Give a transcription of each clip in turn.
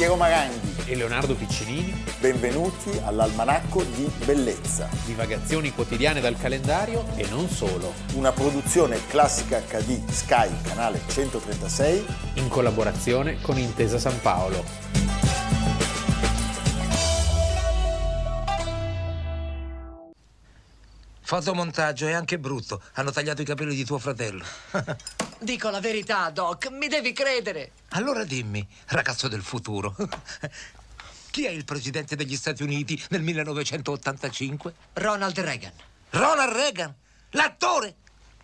Piero Maranghi e Leonardo Piccinini. Benvenuti all'Almanacco di Bellezza. Divagazioni quotidiane dal calendario e non solo. Una produzione Classica HD Sky, canale 136. In collaborazione con Intesa San Paolo. Fotomontaggio è anche brutto. Hanno tagliato i capelli di tuo fratello. Dico la verità, Doc, mi devi credere. Allora dimmi, ragazzo del futuro, chi è il presidente degli Stati Uniti nel 1985? Ronald Reagan. Ronald Reagan? L'attore?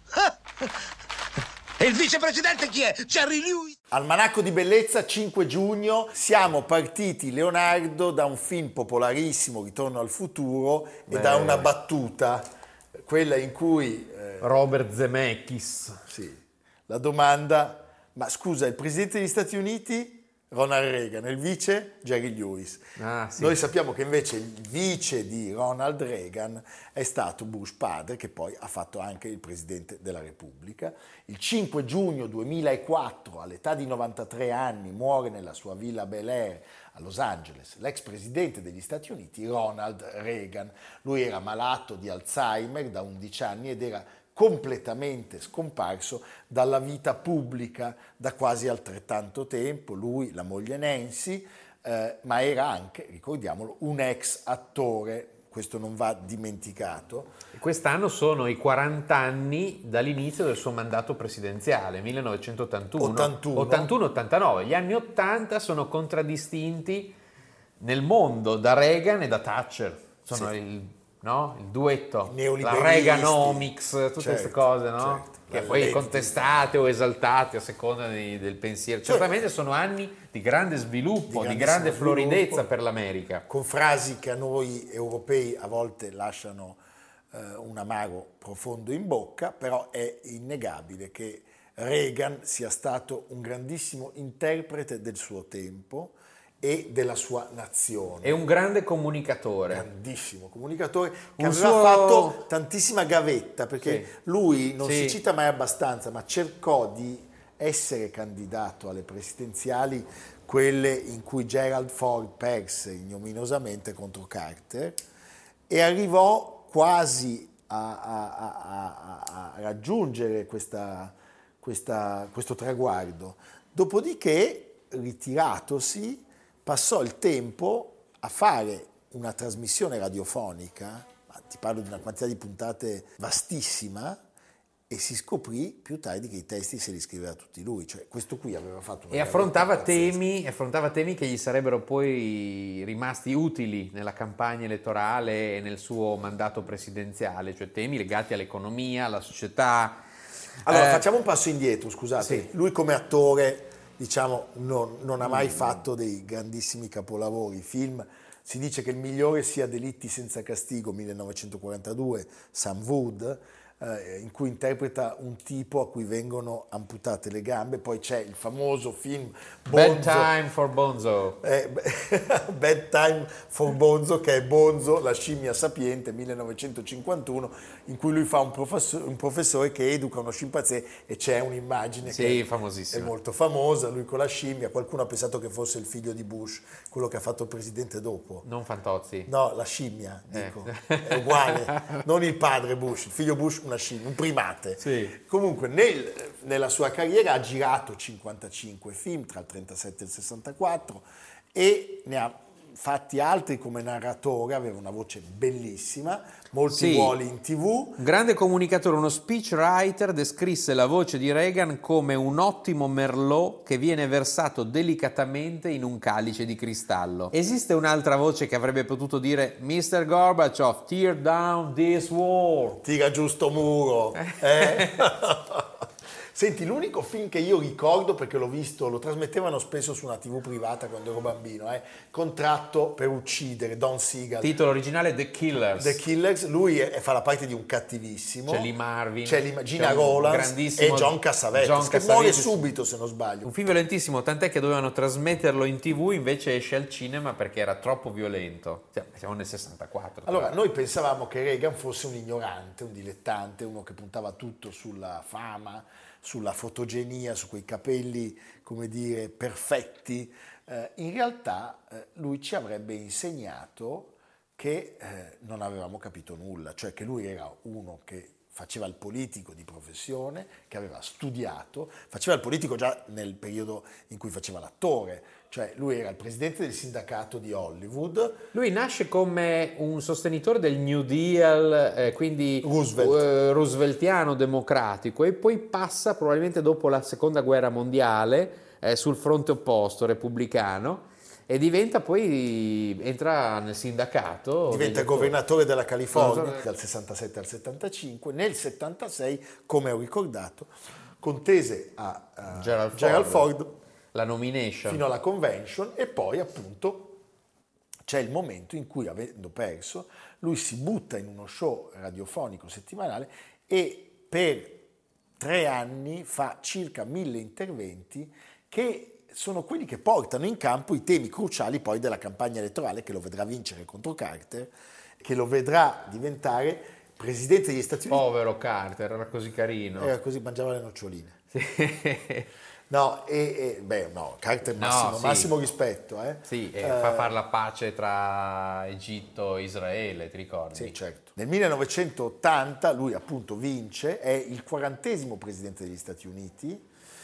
E il vicepresidente chi è? Jerry Lewis? Almanacco di Bellezza, 5 giugno. Siamo partiti, Leonardo, da un film popolarissimo, Ritorno al futuro, e da una battuta, quella in cui Robert Zemeckis. Sì, la domanda: ma scusa, il presidente degli Stati Uniti Ronald Reagan e il vice Jerry Lewis. Sì. Noi sappiamo che invece il vice di Ronald Reagan è stato Bush padre, che poi ha fatto anche il presidente della Repubblica. Il 5 giugno 2004, all'età di 93 anni, muore nella sua villa Bel Air a Los Angeles l'ex presidente degli Stati Uniti Ronald Reagan. Lui era malato di Alzheimer da 11 anni ed era completamente scomparso dalla vita pubblica da quasi altrettanto tempo. Lui, la moglie Nancy, ma era anche, ricordiamolo, un ex attore. Questo non va dimenticato. Quest'anno sono i 40 anni dall'inizio del suo mandato presidenziale, 1981. 81-89. Gli anni 80 sono contraddistinti nel mondo da Reagan e da Thatcher. Sono il duetto, la Reaganomics, tutte queste cose, no? Certo. Che poi contestate o esaltate a seconda del pensiero. Certamente sono anni di grande sviluppo, di grande floridezza per l'America. Con frasi che a noi europei a volte lasciano un amaro profondo in bocca, però è innegabile che Reagan sia stato un grandissimo interprete del suo tempo e della sua nazione. È un grande comunicatore. Grandissimo comunicatore, che aveva fatto tantissima gavetta, perché lui non si cita mai abbastanza, ma cercò di essere candidato alle presidenziali, quelle in cui Gerald Ford perse ignominiosamente contro Carter, e arrivò quasi a raggiungere questo traguardo. Dopodiché, ritiratosi, passò il tempo a fare una trasmissione radiofonica, ti parlo di una quantità di puntate vastissima, e si scoprì più tardi che i testi se li scriveva tutti lui, cioè questo qui aveva fatto una... E affrontava temi che gli sarebbero poi rimasti utili nella campagna elettorale e nel suo mandato presidenziale, cioè temi legati all'economia, alla società. Allora, facciamo un passo indietro, scusate. Lui come attore, diciamo, non ha mai fatto dei grandissimi capolavori. Film, si dice che il migliore sia Delitti senza castigo, 1942, Sam Wood, in cui interpreta un tipo a cui vengono amputate le gambe. Poi c'è il famoso film Bad Time for Bonzo. Bad Time for Bonzo, che è Bonzo, la scimmia sapiente, 1951, in cui lui fa un professore che educa uno scimpanzé, e c'è un'immagine che è molto famosa, lui con la scimmia. Qualcuno ha pensato che fosse il figlio di Bush, quello che ha fatto il presidente dopo. Non Fantozzi. No, la scimmia, dico. È uguale. Non il padre Bush, il figlio Bush una scimmia, un primate. Comunque nella sua carriera ha girato 55 film tra il 37 e il 64 e ne ha fatti altri come narratore, aveva una voce bellissima, molti ruoli in TV. Un grande comunicatore, uno speechwriter, descrisse la voce di Reagan come un ottimo merlot che viene versato delicatamente in un calice di cristallo. Esiste un'altra voce che avrebbe potuto dire: Mr. Gorbachev, tear down this wall. Tira giù sto muro. Senti, l'unico film che io ricordo, perché l'ho visto, lo trasmettevano spesso su una TV privata quando ero bambino, Contratto per uccidere, Don Siegel. Titolo originale The Killers. The Killers, lui fa la parte di un cattivissimo. C'è Lee Marvin. C'è Gina Rowlands e John Cassavetes, che muore subito se non sbaglio. Un film violentissimo, tant'è che dovevano trasmetterlo in TV, invece esce al cinema perché era troppo violento. Siamo nel 64. Allora, noi pensavamo che Reagan fosse un ignorante, un dilettante, uno che puntava tutto sulla fama, sulla fotogenia, su quei capelli, come dire, perfetti, in realtà lui ci avrebbe insegnato che non avevamo capito nulla, cioè che lui era uno che faceva il politico di professione, che aveva studiato, faceva il politico già nel periodo in cui faceva l'attore, cioè lui era il presidente del sindacato di Hollywood. Lui nasce come un sostenitore del New Deal, quindi rooseveltiano democratico, e poi passa probabilmente dopo la seconda guerra mondiale sul fronte opposto, repubblicano, e entra nel sindacato. Diventa governatore della California dal 67 al 75. Nel 76, come ho ricordato, contese a Gerald Ford la nomination fino alla convention, e poi appunto c'è il momento in cui, avendo perso, lui si butta in uno show radiofonico settimanale e per 3 anni fa circa 1000 interventi che sono quelli che portano in campo i temi cruciali poi della campagna elettorale, che lo vedrà vincere contro Carter, che lo vedrà diventare presidente degli Stati Uniti. Povero Carter, era così carino. Era così, mangiava le noccioline. Sì. Carter massimo rispetto. Sì, fa fare la pace tra Egitto e Israele, ti ricordi? Sì, certo. Nel 1980 lui appunto vince, è il 40° presidente degli Stati Uniti,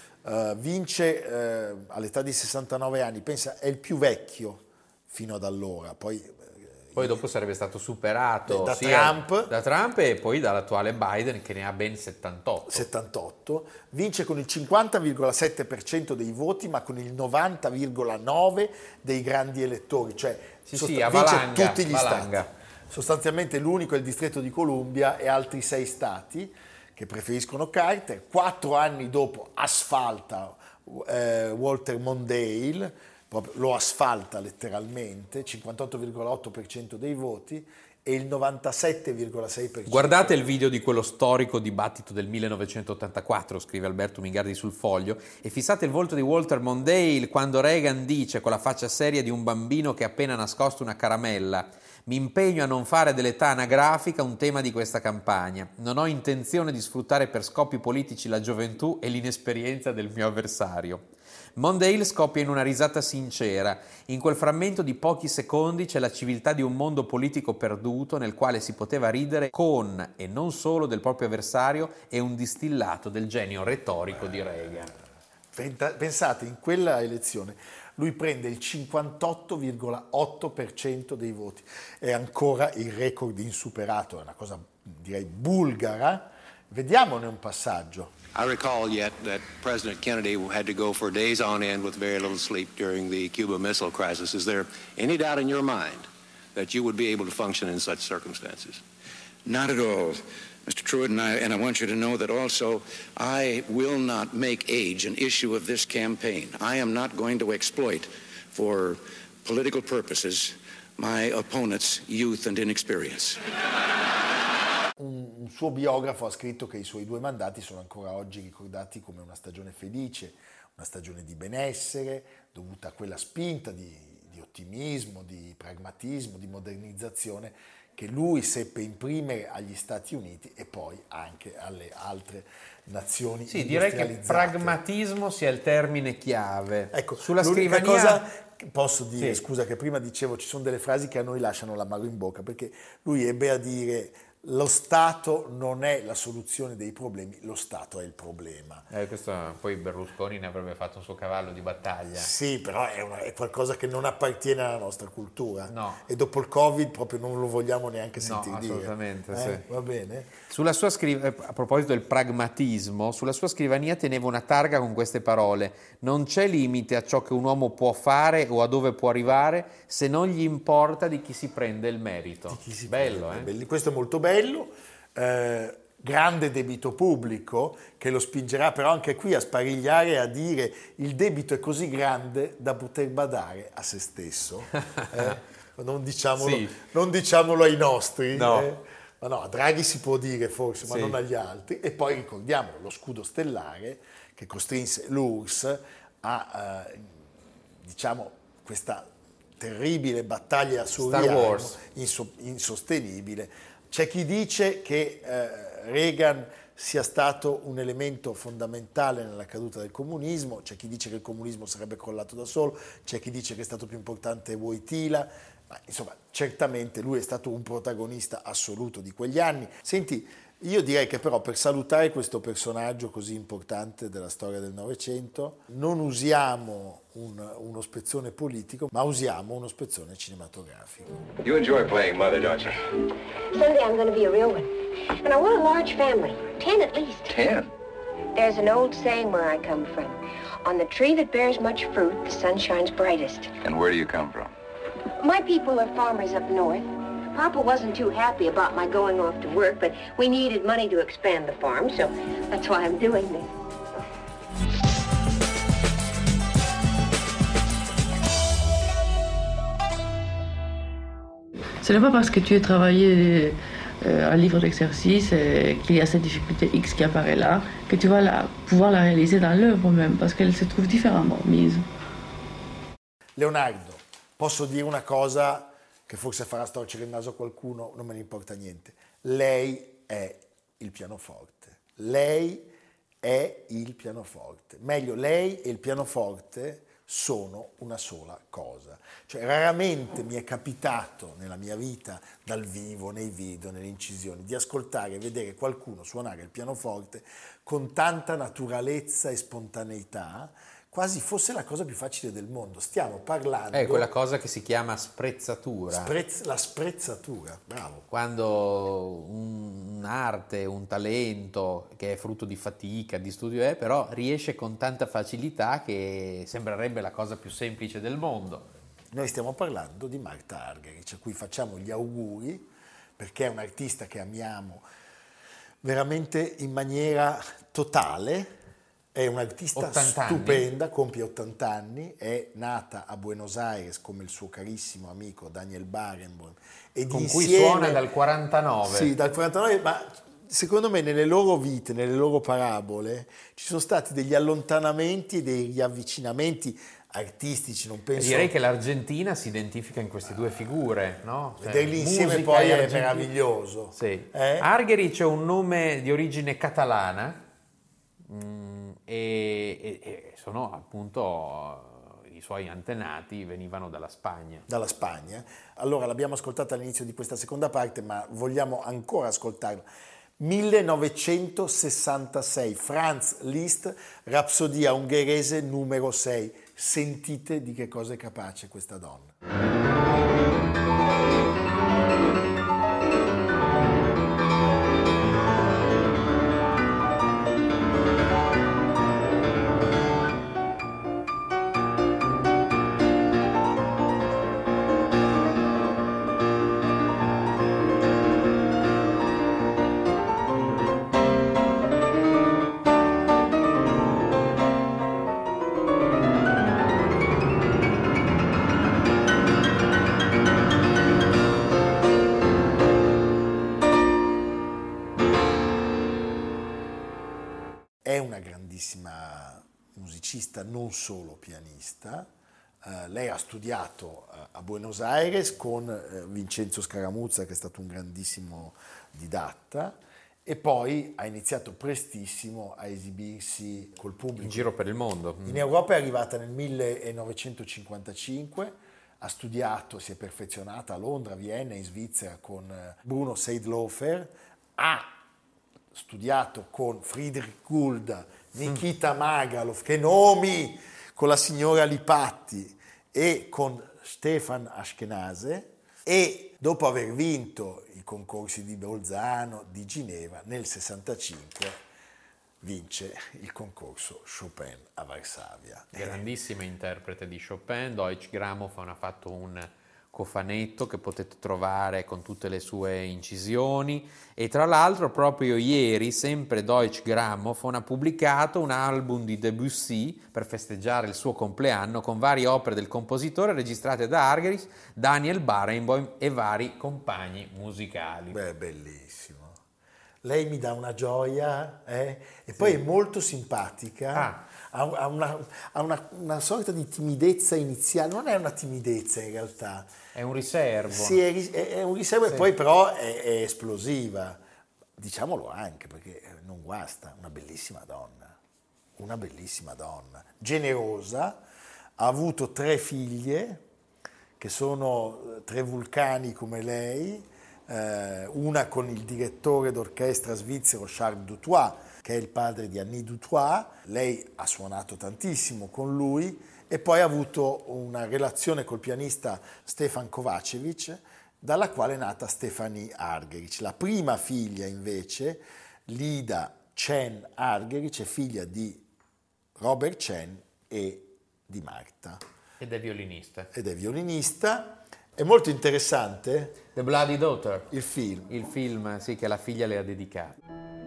vince all'età di 69 anni, pensa, è il più vecchio fino ad allora, poi dopo sarebbe stato superato da Trump e poi dall'attuale Biden, che ne ha ben 78. Vince con il 50,7% dei voti, ma con il 90,9% dei grandi elettori, cioè vince tutti gli stati. Sostanzialmente l'unico è il distretto di Columbia e altri 6 stati che preferiscono Carter. 4 anni dopo asfalta Walter Mondale, proprio lo asfalta letteralmente, 58,8% dei voti e il 97,6%. Guardate il video di quello storico dibattito del 1984, scrive Alberto Mingardi sul Foglio, e fissate il volto di Walter Mondale quando Reagan dice, con la faccia seria di un bambino che ha appena nascosto una caramella: mi impegno a non fare dell'età anagrafica un tema di questa campagna. Non ho intenzione di sfruttare per scopi politici la gioventù e l'inesperienza del mio avversario. Mondale scoppia in una risata sincera. In quel frammento di pochi secondi c'è la civiltà di un mondo politico perduto nel quale si poteva ridere con e non solo del proprio avversario, e un distillato del genio retorico di Reagan. Pensate, in quella elezione lui prende il 58,8% dei voti, è ancora il record insuperato, è una cosa direi bulgara. Vediamone un passaggio. I recall yet that President Kennedy had to go for days on end with very little sleep during the Cuba Missile Crisis. Is there any doubt in your mind that you would be able to function in such circumstances? Not at all, Mr. Truitt, and I want you to know that also I will not make age an issue of this campaign. I am not going to exploit for political purposes my opponent's youth and inexperience. Un suo biografo ha scritto che i suoi 2 mandati sono ancora oggi ricordati come una stagione felice, una stagione di benessere, dovuta a quella spinta di ottimismo, di pragmatismo, di modernizzazione che lui seppe imprimere agli Stati Uniti e poi anche alle altre nazioni industrializzate. Direi che pragmatismo sia il termine chiave. Ecco, sulla scrivania cosa posso dire, sì. Scusa, che prima dicevo, ci sono delle frasi che a noi lasciano l'amaro in bocca, perché lui ebbe a dire: lo Stato non è la soluzione dei problemi, lo Stato è il problema. Questo poi Berlusconi ne avrebbe fatto un suo cavallo di battaglia. Sì, però è qualcosa che non appartiene alla nostra cultura. No. E dopo il Covid proprio non lo vogliamo neanche sentire dire. Assolutamente, sì. Va bene? Sulla sua a proposito del pragmatismo, sulla sua scrivania teneva una targa con queste parole: non c'è limite a ciò che un uomo può fare o a dove può arrivare se non gli importa di chi si prende il merito. Bello, Questo è molto bello. Grande debito pubblico che lo spingerà però anche qui a sparigliare e a dire: il debito è così grande da poter badare a se stesso. Non diciamolo ai nostri. No. Ma no, a Draghi si può dire forse, ma sì, non agli altri. E poi ricordiamo lo scudo stellare che costrinse l'URSS a questa terribile battaglia su Star Wars, insostenibile. C'è chi dice che Reagan sia stato un elemento fondamentale nella caduta del comunismo. C'è chi dice che il comunismo sarebbe crollato da solo, c'è chi dice che è stato più importante Wojtyla, ma insomma certamente lui è stato un protagonista assoluto di quegli anni. Senti, io direi che però per salutare questo personaggio così importante della storia del Novecento non usiamo uno spezzone politico, ma usiamo uno spezzone cinematografico. You enjoy playing mother, don't you? Someday I'm going to be a real one. And I want a large family, 10 at least. 10? There's an old saying where I come from. On the tree that bears much fruit, the sun shines brightest. And where do you come from? My people are farmers up north. Papa wasn't too happy about my going off to work, but we needed money to expand the farm, so that's why I'm doing this. Ce n'est pas parce que tu as travaillé un livre d'exercice et qu'il y a cette difficulté X qui apparaît là que tu vas pouvoir la réaliser dans l'œuvre même, parce qu'elle se trouve différemment mise. Leonardo, posso dire una cosa che forse farà storcere il naso a qualcuno, non me ne importa niente. Lei è il pianoforte. Lei è il pianoforte. Meglio, lei e il pianoforte sono una sola cosa. Cioè, raramente mi è capitato nella mia vita, dal vivo, nei video, nelle incisioni, di ascoltare e vedere qualcuno suonare il pianoforte con tanta naturalezza e spontaneità, quasi fosse la cosa più facile del mondo. Stiamo parlando... È quella cosa che si chiama sprezzatura. La sprezzatura, bravo. Quando un'arte, un talento che è frutto di fatica, di studio però riesce con tanta facilità che sembrerebbe la cosa più semplice del mondo. Noi stiamo parlando di Marta Argerich, a cui facciamo gli auguri, perché è un artista che amiamo veramente in maniera totale. È un'artista stupenda, compie 80 anni, è nata a Buenos Aires come il suo carissimo amico Daniel Barenboim. Con cui suona dal 49. Sì, dal 49, ma secondo me nelle loro vite, nelle loro parabole, ci sono stati degli allontanamenti e dei riavvicinamenti artistici, non penso... Direi che l'Argentina si identifica in queste due figure, no? Cioè, vederli insieme poi è meraviglioso. Sì. Argerich è un nome di origine catalana, e sono appunto i suoi antenati venivano dalla Spagna. Dalla Spagna. Allora l'abbiamo ascoltata all'inizio di questa seconda parte, ma vogliamo ancora ascoltarla. 1966, Franz Liszt, Rapsodia ungherese numero 6. Sentite di che cosa è capace questa donna. È una grandissima musicista, non solo pianista. Lei ha studiato a Buenos Aires con Vincenzo Scaramuzza, che è stato un grandissimo didatta, e poi ha iniziato prestissimo a esibirsi col pubblico. In giro per il mondo. In Europa è arrivata nel 1955, ha studiato, si è perfezionata a Londra, Vienna, in Svizzera con Bruno Seidlofer, ha studiato con Friedrich Gulda, Nikita Magalov, che nomi, con la signora Lipatti e con Stefan Ashkenazy, e dopo aver vinto i concorsi di Bolzano, di Ginevra, nel 65 vince il concorso Chopin a Varsavia. Grandissima interprete di Chopin. Deutsche Grammophon ha fatto un cofanetto che potete trovare con tutte le sue incisioni, e tra l'altro proprio ieri sempre Deutsche Grammophon ha pubblicato un album di Debussy per festeggiare il suo compleanno con varie opere del compositore registrate da Argerich, Daniel Barenboim e vari compagni musicali. Beh, bellissimo. Lei mi dà una gioia, e poi è molto simpatica. Ha una sorta di timidezza iniziale, non è una timidezza in realtà. È un riservo. Sì, è un riservo, sì. E poi però è esplosiva. diciamolo anche perché non guasta, una bellissima donna, generosa, ha avuto 3 figlie che sono 3 vulcani come lei, una con il direttore d'orchestra svizzero Charles Dutoit, che è il padre di Annie Dutoit. Lei ha suonato tantissimo con lui e poi ha avuto una relazione col pianista Stefan Kovacevic, dalla quale è nata Stefanie Argerich. La prima figlia invece, Lida Chen Argerich, è figlia di Robert Chen e di Marta. Ed è violinista. È molto interessante The Bloody Daughter, il film, sì, che la figlia le ha dedicato.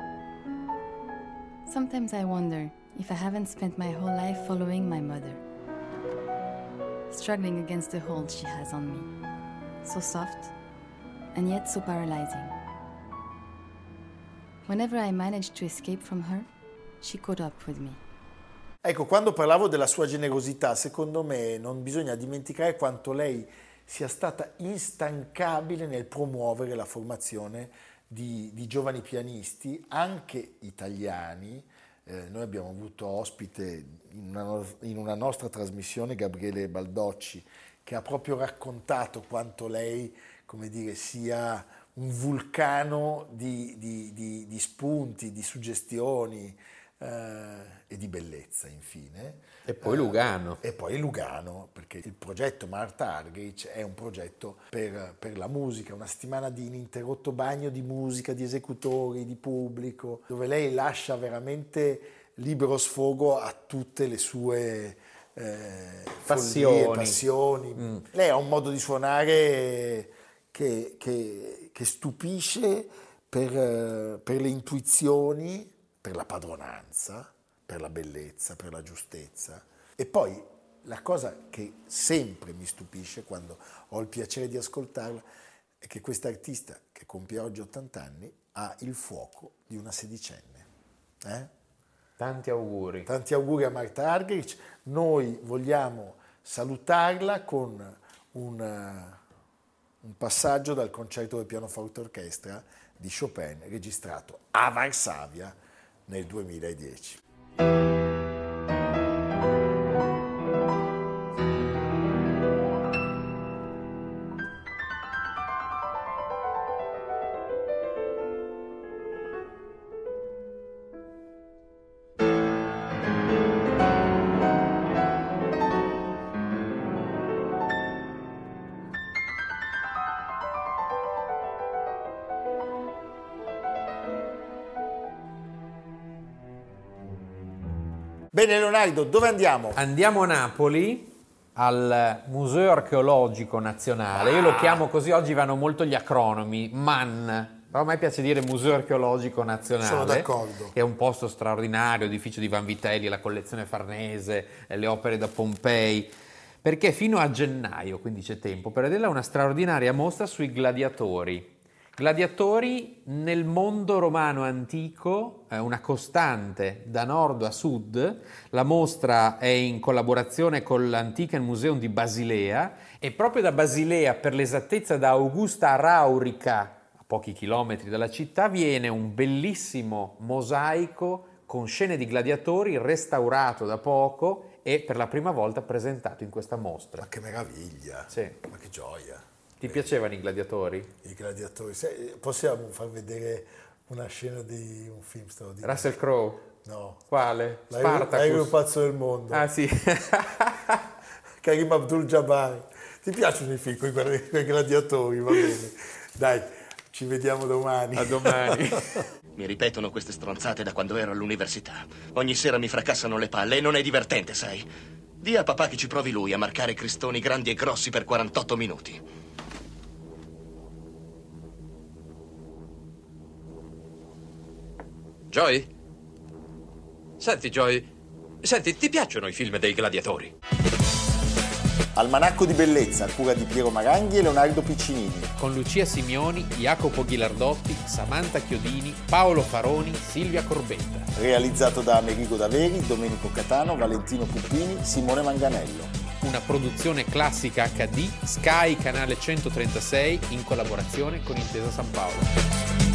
Sometimes I wonder if I haven't spent my whole life following my mother, struggling against the hold she has on me, so soft and yet so paralyzing. Whenever I managed to escape from her, she caught up with me. Ecco, quando parlavo della sua generosità, secondo me non bisogna dimenticare quanto lei sia stata instancabile nel promuovere la formazione di giovani pianisti, anche italiani. Noi abbiamo avuto ospite in una nostra trasmissione Gabriele Baldocci, che ha proprio raccontato quanto lei, come dire, sia un vulcano di spunti, di suggestioni e di bellezza, infine. E poi Lugano. Perché il progetto Marta Argerich è un progetto per la musica, una settimana di ininterrotto bagno di musica, di esecutori, di pubblico, dove lei lascia veramente libero sfogo a tutte le sue passioni. Lei ha un modo di suonare che stupisce per le intuizioni, per la padronanza, per la bellezza, per la giustezza. E poi la cosa che sempre mi stupisce quando ho il piacere di ascoltarla è che questa artista, che compie oggi 80 anni, ha il fuoco di una sedicenne. Tanti auguri. Tanti auguri a Marta Argerich. Noi vogliamo salutarla con un passaggio dal concerto del pianoforte orchestra di Chopin, registrato a Varsavia nel 2010. Bene Leonardo, dove andiamo? Andiamo a Napoli, al Museo Archeologico Nazionale. Io lo chiamo così, oggi vanno molto gli acronimi, MAN. Però a me piace dire Museo Archeologico Nazionale. Sono d'accordo. Che è un posto straordinario, edificio di Vanvitelli, la collezione Farnese, le opere da Pompei. Perché fino a gennaio, quindi c'è tempo, per vederla, una straordinaria mostra sui gladiatori. Gladiatori nel mondo romano antico, una costante da nord a sud. La mostra è in collaborazione con l'Antiken Museum di Basilea e proprio da Basilea, per l'esattezza da Augusta Raurica, a pochi chilometri dalla città, viene un bellissimo mosaico con scene di gladiatori restaurato da poco e per la prima volta presentato in questa mostra. Ma che meraviglia! Sì. Ma che gioia! Ti piacevano i gladiatori? I gladiatori. Possiamo far vedere una scena di un film straordinario? Russell Crowe? No. Quale? Spartacus. L'aereo pazzo del mondo. Ah sì. Karim Abdul-Jabbar. Ti piacciono i film con i gladiatori? Va bene. Dai, ci vediamo domani. A domani. Mi ripetono queste stronzate da quando ero all'università. Ogni sera mi fracassano le palle e non è divertente, sai? Dì a papà che ci provi lui a marcare cristoni grandi e grossi per 48 minuti. Joy? Senti, Joy, ti piacciono i film dei gladiatori? Almanacco di bellezza, a cura di Piero Maranghi e Leonardo Piccinini. Con Lucia Simioni, Jacopo Ghilardotti, Samantha Chiodini, Paolo Faroni, Silvia Corbetta. Realizzato da Amerigo Daveri, Domenico Catano, Valentino Puppini, Simone Manganello. Una produzione classica HD, Sky Canale 136, in collaborazione con Intesa San Paolo.